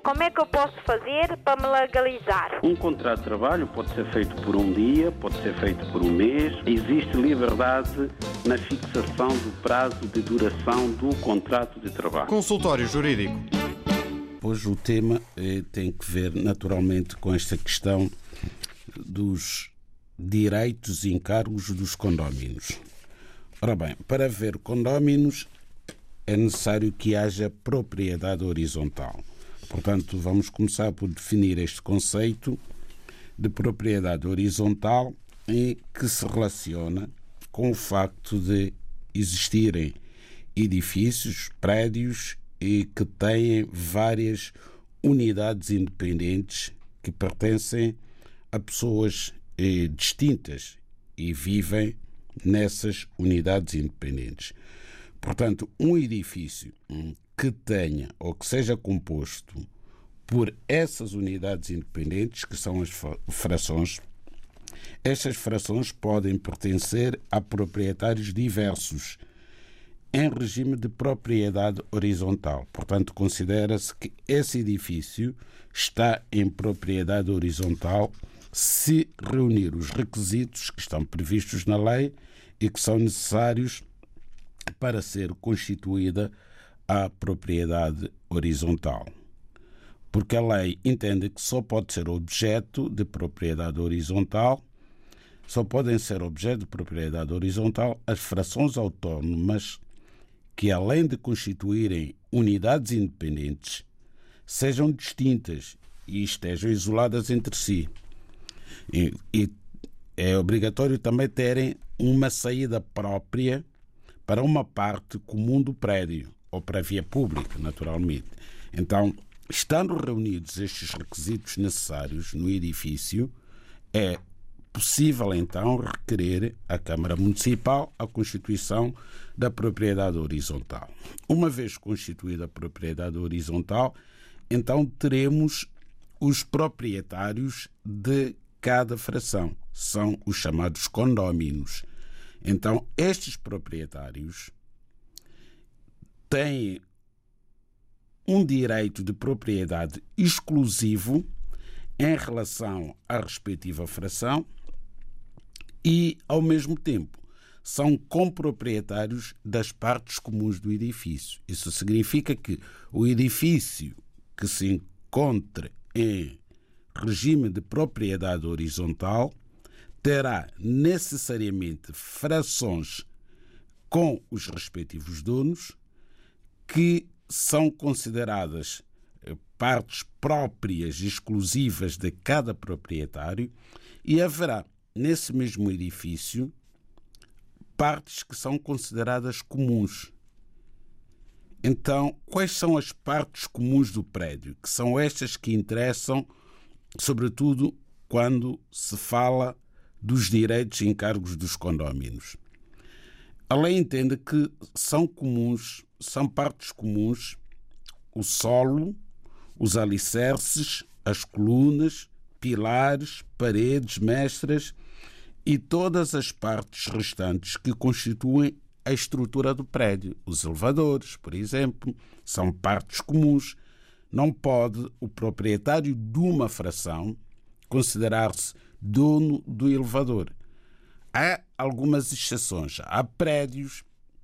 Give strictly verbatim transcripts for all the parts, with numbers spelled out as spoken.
Como é que eu posso fazer para me legalizar? Um contrato de trabalho pode ser feito por um dia, pode ser feito por um mês. Existe liberdade na fixação do prazo de duração do contrato de trabalho. Consultório Jurídico. Hoje o tema eh, tem que ver naturalmente com esta questão dos direitos e encargos dos condóminos. Ora bem, para haver condóminos é necessário que haja propriedade horizontal. Portanto, vamos começar por definir este conceito de propriedade horizontal em que se relaciona com o facto de existirem edifícios, prédios e que têm várias unidades independentes que pertencem a pessoas eh, distintas e vivem nessas unidades independentes. Portanto, um edifício que tenha ou que seja composto por essas unidades independentes, que são as frações, estas frações podem pertencer a proprietários diversos em regime de propriedade horizontal. Portanto, considera-se que esse edifício está em propriedade horizontal se reunir os requisitos que estão previstos na lei e que são necessários para ser constituída a propriedade horizontal. Porque a lei entende que só pode ser objeto de propriedade horizontal, só podem ser objeto de propriedade horizontal as frações autónomas que, além de constituírem unidades independentes, sejam distintas e estejam isoladas entre si. E, e é obrigatório também terem uma saída própria para uma parte comum do prédio, ou para a via pública, naturalmente. Então, estando reunidos estes requisitos necessários no edifício, é possível, então, requerer à Câmara Municipal a constituição da propriedade horizontal. Uma vez constituída a propriedade horizontal, então teremos os proprietários de cada fração. São os chamados condóminos. Então, estes proprietários têm um direito de propriedade exclusivo em relação à respectiva fração e, ao mesmo tempo, são comproprietários das partes comuns do edifício. Isso significa que o edifício que se encontre em regime de propriedade horizontal terá necessariamente frações com os respectivos donos que são consideradas partes próprias e exclusivas de cada proprietário e haverá nesse mesmo edifício partes que são consideradas comuns. Então, quais são as partes comuns do prédio? Que são estas que interessam, sobretudo, quando se fala dos direitos e encargos dos condóminos. A lei entende que são comuns, são partes comuns, o solo, os alicerces, as colunas, pilares, paredes, mestras e todas as partes restantes que constituem a estrutura do prédio. Os elevadores, por exemplo, são partes comuns. Não pode o proprietário de uma fração considerar-se dono do elevador. Há algumas exceções. Há prédios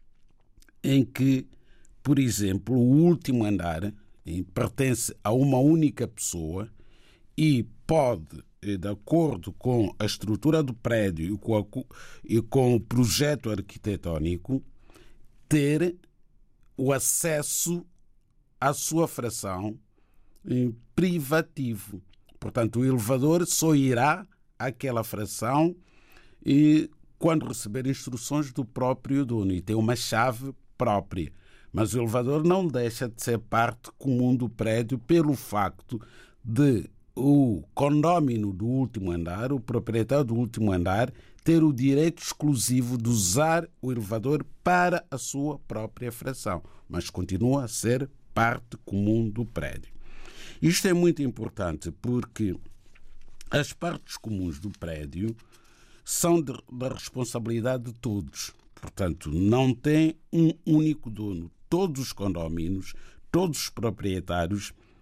em que, por exemplo, o último andar pertence a uma única pessoa e pode, de acordo com a estrutura do prédio e com, a, e com o projeto arquitetónico, ter o acesso à sua fração privativo. Portanto, o elevador só irá àquela fração e quando receber instruções do próprio dono e tem uma chave própria. Mas o elevador não deixa de ser parte comum do prédio pelo facto de o condómino do último andar, o proprietário do último andar, ter o direito exclusivo de usar o elevador para a sua própria fração, mas continua a ser parte comum do prédio. Isto é muito importante porque as partes comuns do prédio são de, da responsabilidade de todos. Portanto, não tem um único dono. Todos os condóminos, todos os proprietários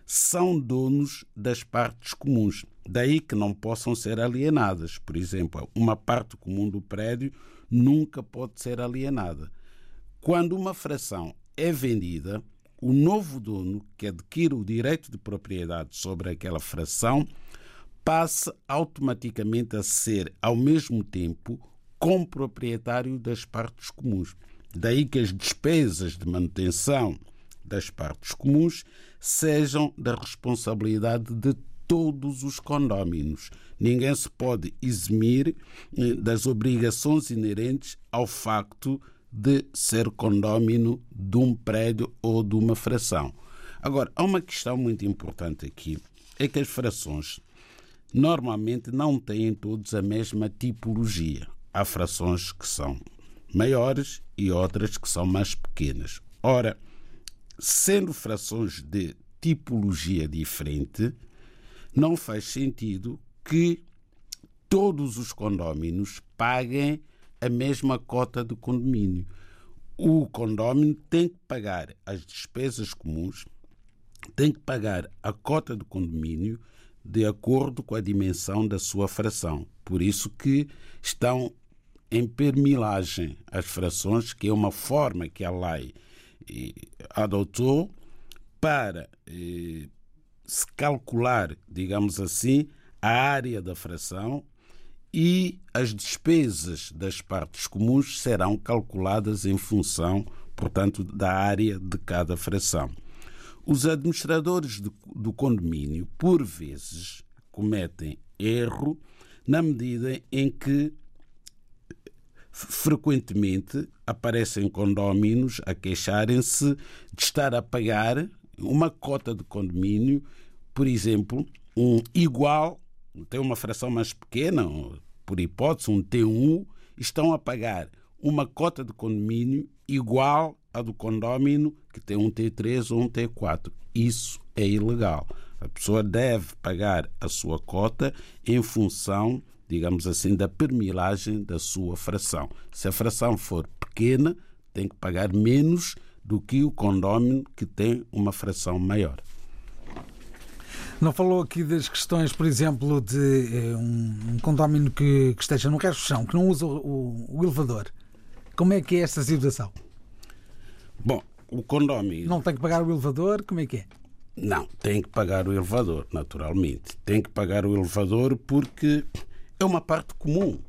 são donos das partes comuns. Daí que não possam ser alienadas. Por exemplo, uma parte comum do prédio nunca pode ser alienada. Quando uma fração é vendida, o novo dono que adquire o direito de propriedade sobre aquela fração passa automaticamente a ser, ao mesmo tempo, comproprietário das partes comuns. Daí que as despesas de manutenção das partes comuns sejam da responsabilidade de todos os condóminos. Ninguém se pode eximir das obrigações inerentes ao facto de ser condómino de um prédio ou de uma fração. Agora, há uma questão muito importante aqui, é que as frações normalmente não têm todos a mesma tipologia. Há frações que são maiores e outras que são mais pequenas. Ora, sendo frações de tipologia diferente, não faz sentido que todos os condóminos paguem a mesma cota de condomínio. O condómino tem que pagar as despesas comuns, tem que pagar a cota de condomínio de acordo com a dimensão da sua fração. Por isso que estão em permilagem as frações, que é uma forma que a lei adotou para eh, se calcular, digamos assim, a área da fração, e as despesas das partes comuns serão calculadas em função, portanto, da área de cada fração. Os administradores de, do condomínio, por vezes, cometem erro na medida em que frequentemente aparecem condóminos a queixarem-se de estar a pagar uma cota de condomínio, por exemplo, um igual, tem uma fração mais pequena, por hipótese, um T um, estão a pagar uma cota de condomínio igual à do condómino que tem um T três ou um T quatro. Isso é ilegal. A pessoa deve pagar a sua cota em função, digamos assim, da permilagem da sua fração. Se a fração for pequena, tem que pagar menos do que o condómino que tem uma fração maior. Não falou aqui das questões, por exemplo, de eh, um, um condómino que, que esteja no resto do chão, que não usa o, o elevador. Como é que é esta situação? Bom, o condómino... Não tem que pagar o elevador? Como é que é? Não, tem que pagar o elevador, naturalmente. Tem que pagar o elevador porque é uma parte comum.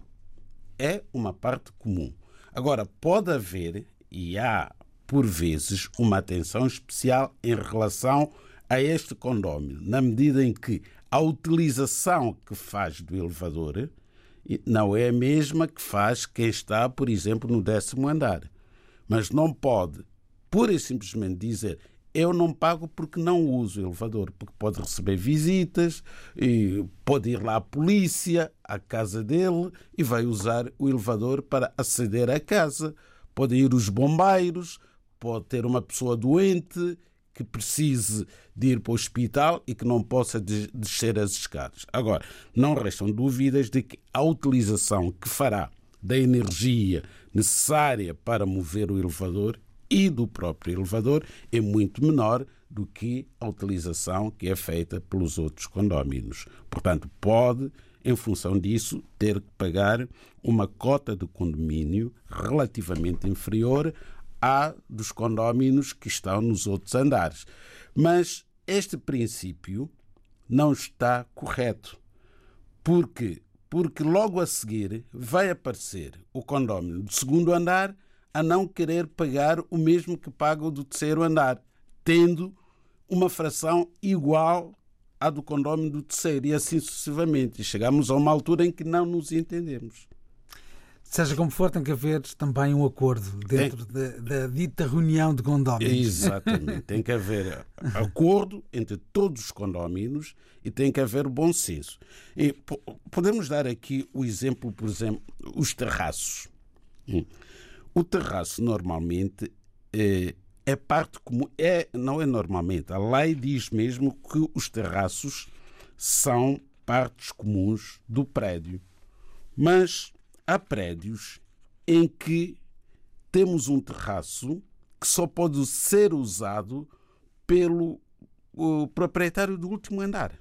É uma parte comum. Agora, pode haver, e há, por vezes, uma atenção especial em relação a este condómino, na medida em que a utilização que faz do elevador não é a mesma que faz quem está, por exemplo, no décimo andar. Mas não pode, pura e simplesmente, dizer eu não pago porque não uso o elevador, porque pode receber visitas, e pode ir lá a polícia à casa dele e vai usar o elevador para aceder à casa. Podem ir os bombeiros, pode ter uma pessoa doente que precise de ir para o hospital e que não possa descer as escadas. Agora, não restam dúvidas de que a utilização que fará da energia necessária para mover o elevador e do próprio elevador é muito menor do que a utilização que é feita pelos outros condóminos. Portanto, pode, em função disso, ter que pagar uma cota de condomínio relativamente inferior à dos condóminos que estão nos outros andares. Mas este princípio não está correto. Porque, porque logo a seguir vai aparecer o condómino do segundo andar a não querer pagar o mesmo que paga o do terceiro andar, tendo uma fração igual à do condómino do terceiro, e assim sucessivamente. E chegamos a uma altura em que não nos entendemos. Seja como for, tem que haver também um acordo dentro da, da dita reunião de condóminos. Exatamente. Tem que haver acordo entre todos os condóminos e tem que haver bom senso. E podemos dar aqui o exemplo, por exemplo, os terraços. O terraço normalmente é, é parte comum, é, não é normalmente, a lei diz mesmo que os terraços são partes comuns do prédio. Mas há prédios em que temos um terraço que só pode ser usado pelo o proprietário do último andar.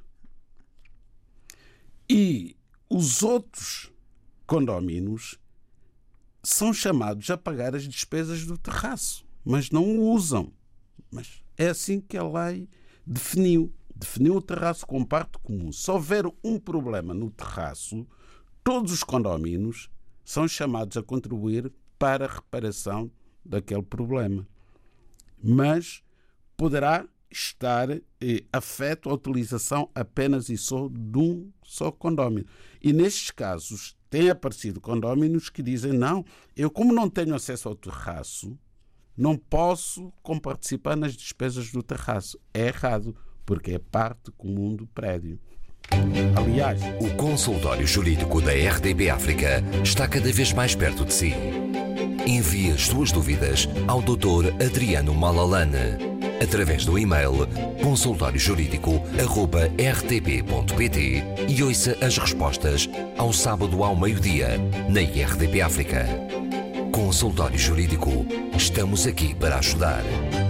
E os outros condóminos são chamados a pagar as despesas do terraço, mas não o usam. Mas é assim que a lei definiu. Definiu o terraço como parte comum. Se houver um problema no terraço, todos os condóminos são chamados a contribuir para a reparação daquele problema. Mas poderá estar eh, afeto à utilização apenas e só de um só condómino. E nestes casos têm aparecido condóminos que dizem: não, eu como não tenho acesso ao terraço, não posso participar nas despesas do terraço. É errado, porque é parte comum do prédio. Aliás, o consultório jurídico da R D P África está cada vez mais perto de si. Envie as suas dúvidas ao doutor Adriano Malalane através do e-mail consultório jurídico arroba r t p ponto p t e ouça as respostas ao sábado ao meio-dia na R D P África. Consultório Jurídico. Estamos aqui para ajudar.